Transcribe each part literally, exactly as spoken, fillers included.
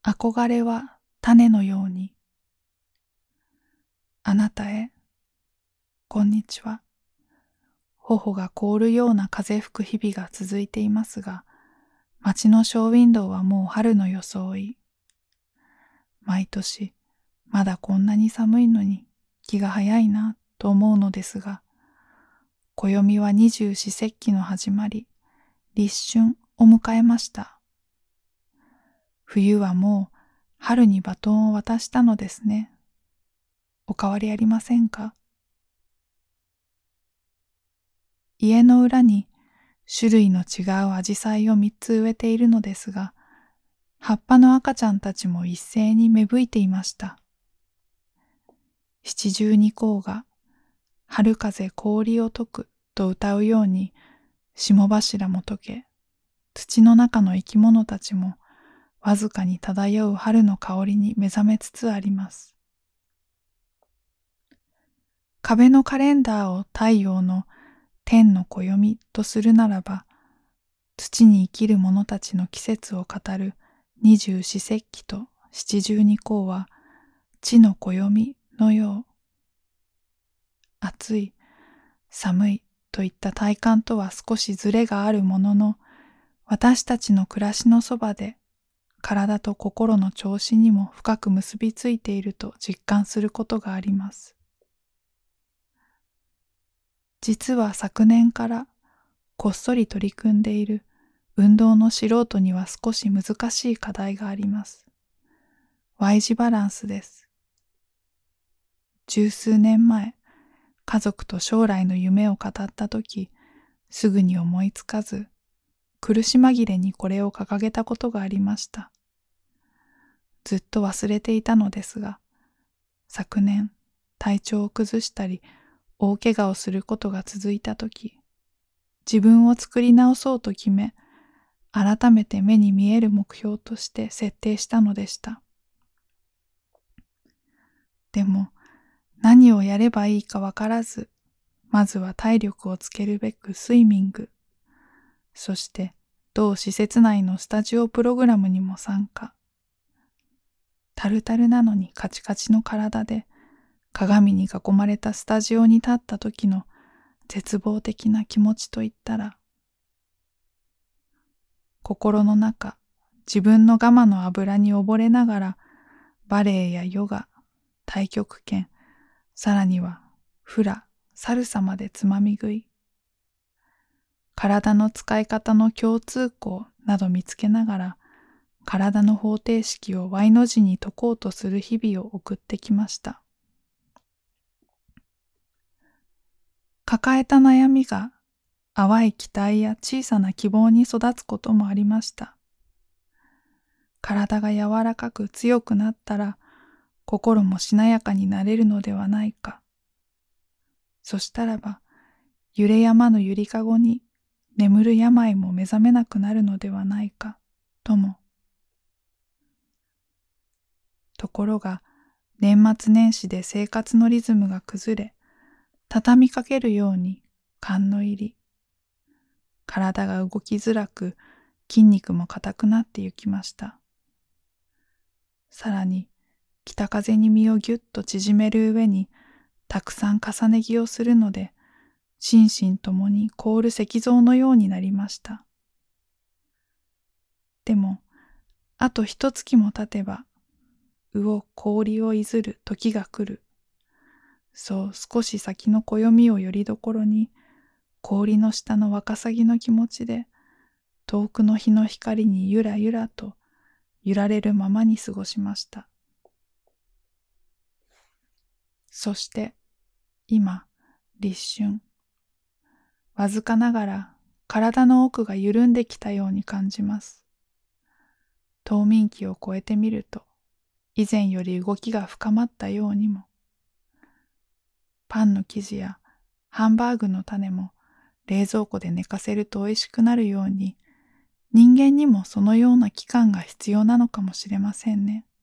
憧れは種のように。あなたへ、こんにちは。頬が凍るような風吹く日々が続いていますが、街のショーウィンドウはもう春の装い。毎年、まだこんなに寒いのに気が早いなと思うのですが、暦は二十四節気の始まり、立春を迎えました。冬はもう春にバトンを渡したのですね。お変わりありませんか？家の裏に種類の違うアジサイを三つ植えているのですが、葉っぱの赤ちゃんたちも一斉に芽吹いていました。七十二候が春風氷を解くと歌うように、霜柱も溶け、土の中の生き物たちもわずかに漂う春の香りに目覚めつつあります。壁のカレンダーを太陽の天の暦とするならば、土に生きる者たちの季節を語る二十四節気と七十二候は地の暦のよう。暑い、寒いといった体感とは少しずれがあるものの、私たちの暮らしのそばで体と心の調子にも深く結びついていると実感することがあります。実は昨年からこっそり取り組んでいる運動の素人には少し難しい課題があります。Y 字バランスです。十数年前、家族と将来の夢を語ったとき、すぐに思いつかず、苦し紛れにこれを掲げたことがありました。ずっと忘れていたのですが、昨年、体調を崩したり、大怪我をすることが続いたとき、自分を作り直そうと決め、改めて目に見える目標として設定したのでした。でも、何をやればいいかわからず、まずは体力をつけるべくスイミング、そして同施設内のスタジオプログラムにも参加。タルタルなのにカチカチの体で、鏡に囲まれたスタジオに立った時の絶望的な気持ちといったら、心の中、自分のガマの油に溺れながら、バレエやヨガ、太極拳、さらにはフラ、サルサまでつまみ食い。体の使い方の共通項など見つけながら、体の方程式を Y の字に解こうとする日々を送ってきました。抱えた悩みが淡い期待や小さな希望に育つこともありました。体が柔らかく強くなったら心もしなやかになれるのではないか。そしたらば揺れ山のゆりかごに眠る病も目覚めなくなるのではないかとも。ところが年末年始で生活のリズムが崩れ、畳みかけるように寒の入り。体が動きづらく筋肉も硬くなってゆきました。さらに北風に身をぎゅっと縮める上にたくさん重ね着をするので、心身ともに凍る石像のようになりました。でも、あと一月も経てば、魚氷をいずる時が来る。そう少し先の暦をよりどころに、氷の下のワカサギの気持ちで、遠くの日の光にゆらゆらと揺られるままに過ごしました。そして、今、立春。わずかながら体の奥が緩んできたように感じます。冬眠期を越えてみると、以前より動きが深まったようにも。パンの生地やハンバーグの種も冷蔵庫で寝かせると美味しくなるように、人間にもそのような期間が必要なのかもしれませんね。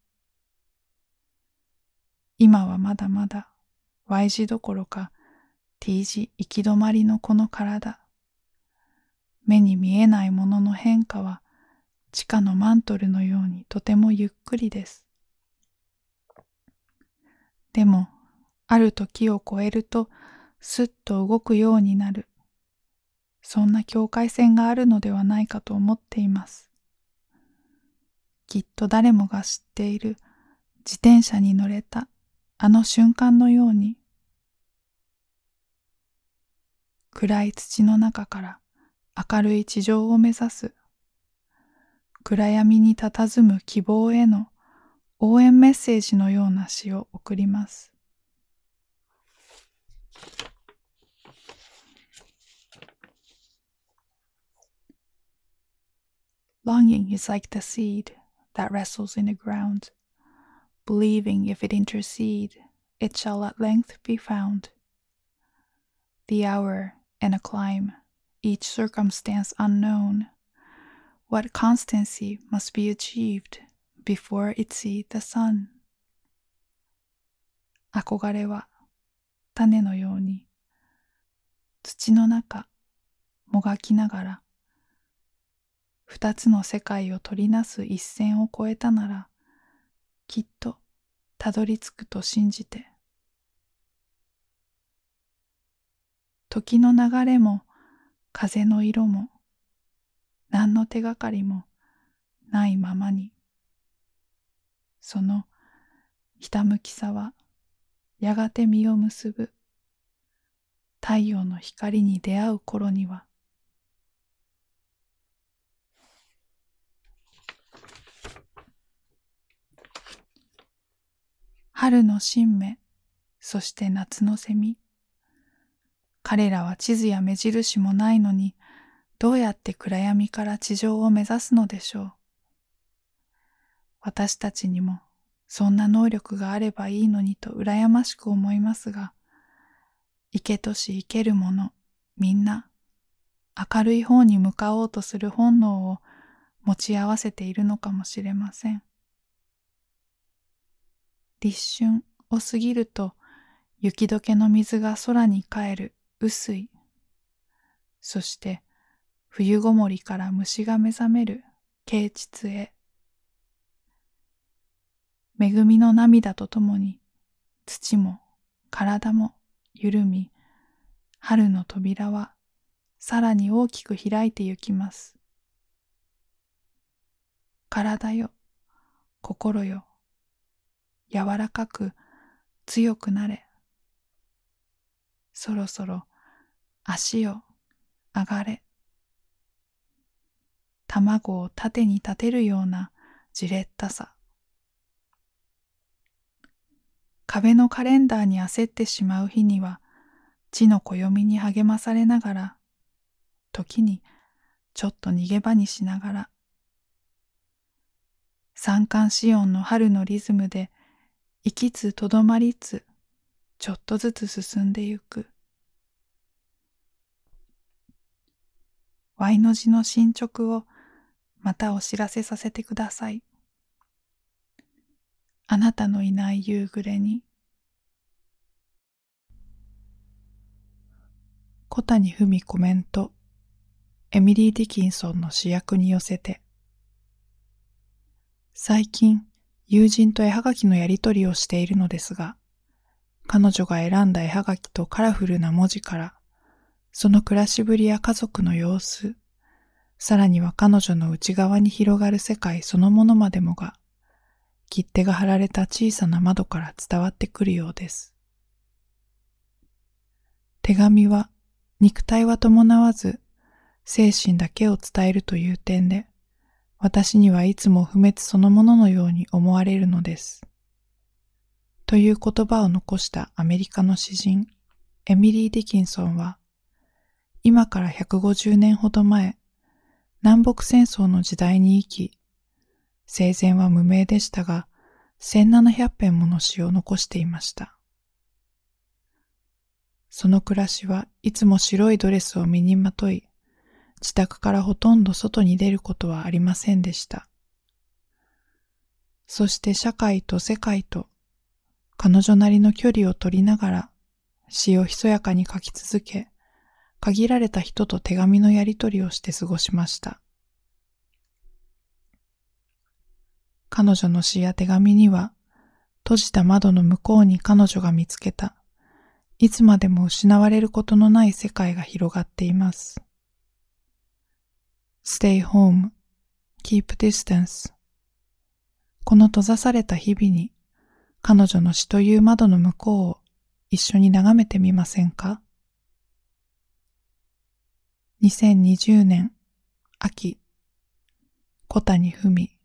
今はまだまだ Y 字どころか T 字行き止まりのこの体。目に見えないものの変化は地下のマントルのようにとてもゆっくりです。でも、ある時を超えると、すっと動くようになる。そんな境界線があるのではないかと思っています。きっと誰もが知っている自転車に乗れたあの瞬間のように、暗い土の中から明るい地上を目指す、暗闇に佇む希望への応援メッセージのような詩を送ります。Longing is like the seed that wrestles in the ground, believing if it intercede, it shall at length be found. The hour and a clime, each circumstance unknown, what constancy must be achieved before it see the sun. 憧れは種のように土の中もがきながら二つの世界を取りなす一線を越えたならきっとたどり着くと信じて、時の流れも風の色も何の手がかりもないままに、そのひたむきさはやがて実を結ぶ。太陽の光に出会う頃には、春の新芽、そして夏のセミ。彼らは地図や目印もないのに、どうやって暗闇から地上を目指すのでしょう。私たちにもそんな能力があればいいのにと羨ましく思いますが、生けとし生けるもの、みんな、明るい方に向かおうとする本能を持ち合わせているのかもしれません。立春を過ぎると、雪解けの水が空に帰る雨水。そして、冬ごもりから虫が目覚める啓蟄へ。恵みの涙とともに、土も体も緩み、春の扉はさらに大きく開いてゆきます。体よ、心よ、柔らかく強くなれ。そろそろ足よ、上がれ。卵を縦に立てるようなじれったさ。壁のカレンダーに焦ってしまう日には、地の暦に励まされながら、時にちょっと逃げ場にしながら、三寒四温の春のリズムで、生きつとどまりつ、ちょっとずつ進んでゆく。Y の字の進捗をまたお知らせさせてください。あなたのいない夕暮れに。小谷文コメント。エミリー・ディキンソンの詩訳に寄せて。最近、友人と絵はがきのやりとりをしているのですが、彼女が選んだ絵はがきとカラフルな文字から、その暮らしぶりや家族の様子、さらには彼女の内側に広がる世界そのものまでもが、切手が貼られた小さな窓から伝わってくるようです。手紙は肉体は伴わず、精神だけを伝えるという点で、私にはいつも不滅そのもののように思われるのです。という言葉を残したアメリカの詩人、エミリー・ディキンソンは、今からひゃくごじゅうねんほど前、南北戦争の時代に生き、生前は無名でしたが、せんななひゃくぺんもの詩を残していました。その暮らしはいつも白いドレスを身にまとい、自宅からほとんど外に出ることはありませんでした。そして社会と世界と彼女なりの距離を取りながら詩をひそやかに書き続け、限られた人と手紙のやり取りをして過ごしました。 彼女の詩や手紙には、閉じた窓の向こうに彼女が見つけた、いつまでも失われることのない世界が広がっています。Stay home, keep distance。この閉ざされた日々に、彼女の詩という窓の向こうを一緒に眺めてみませんか？にせんにじゅうねん秋、小谷文。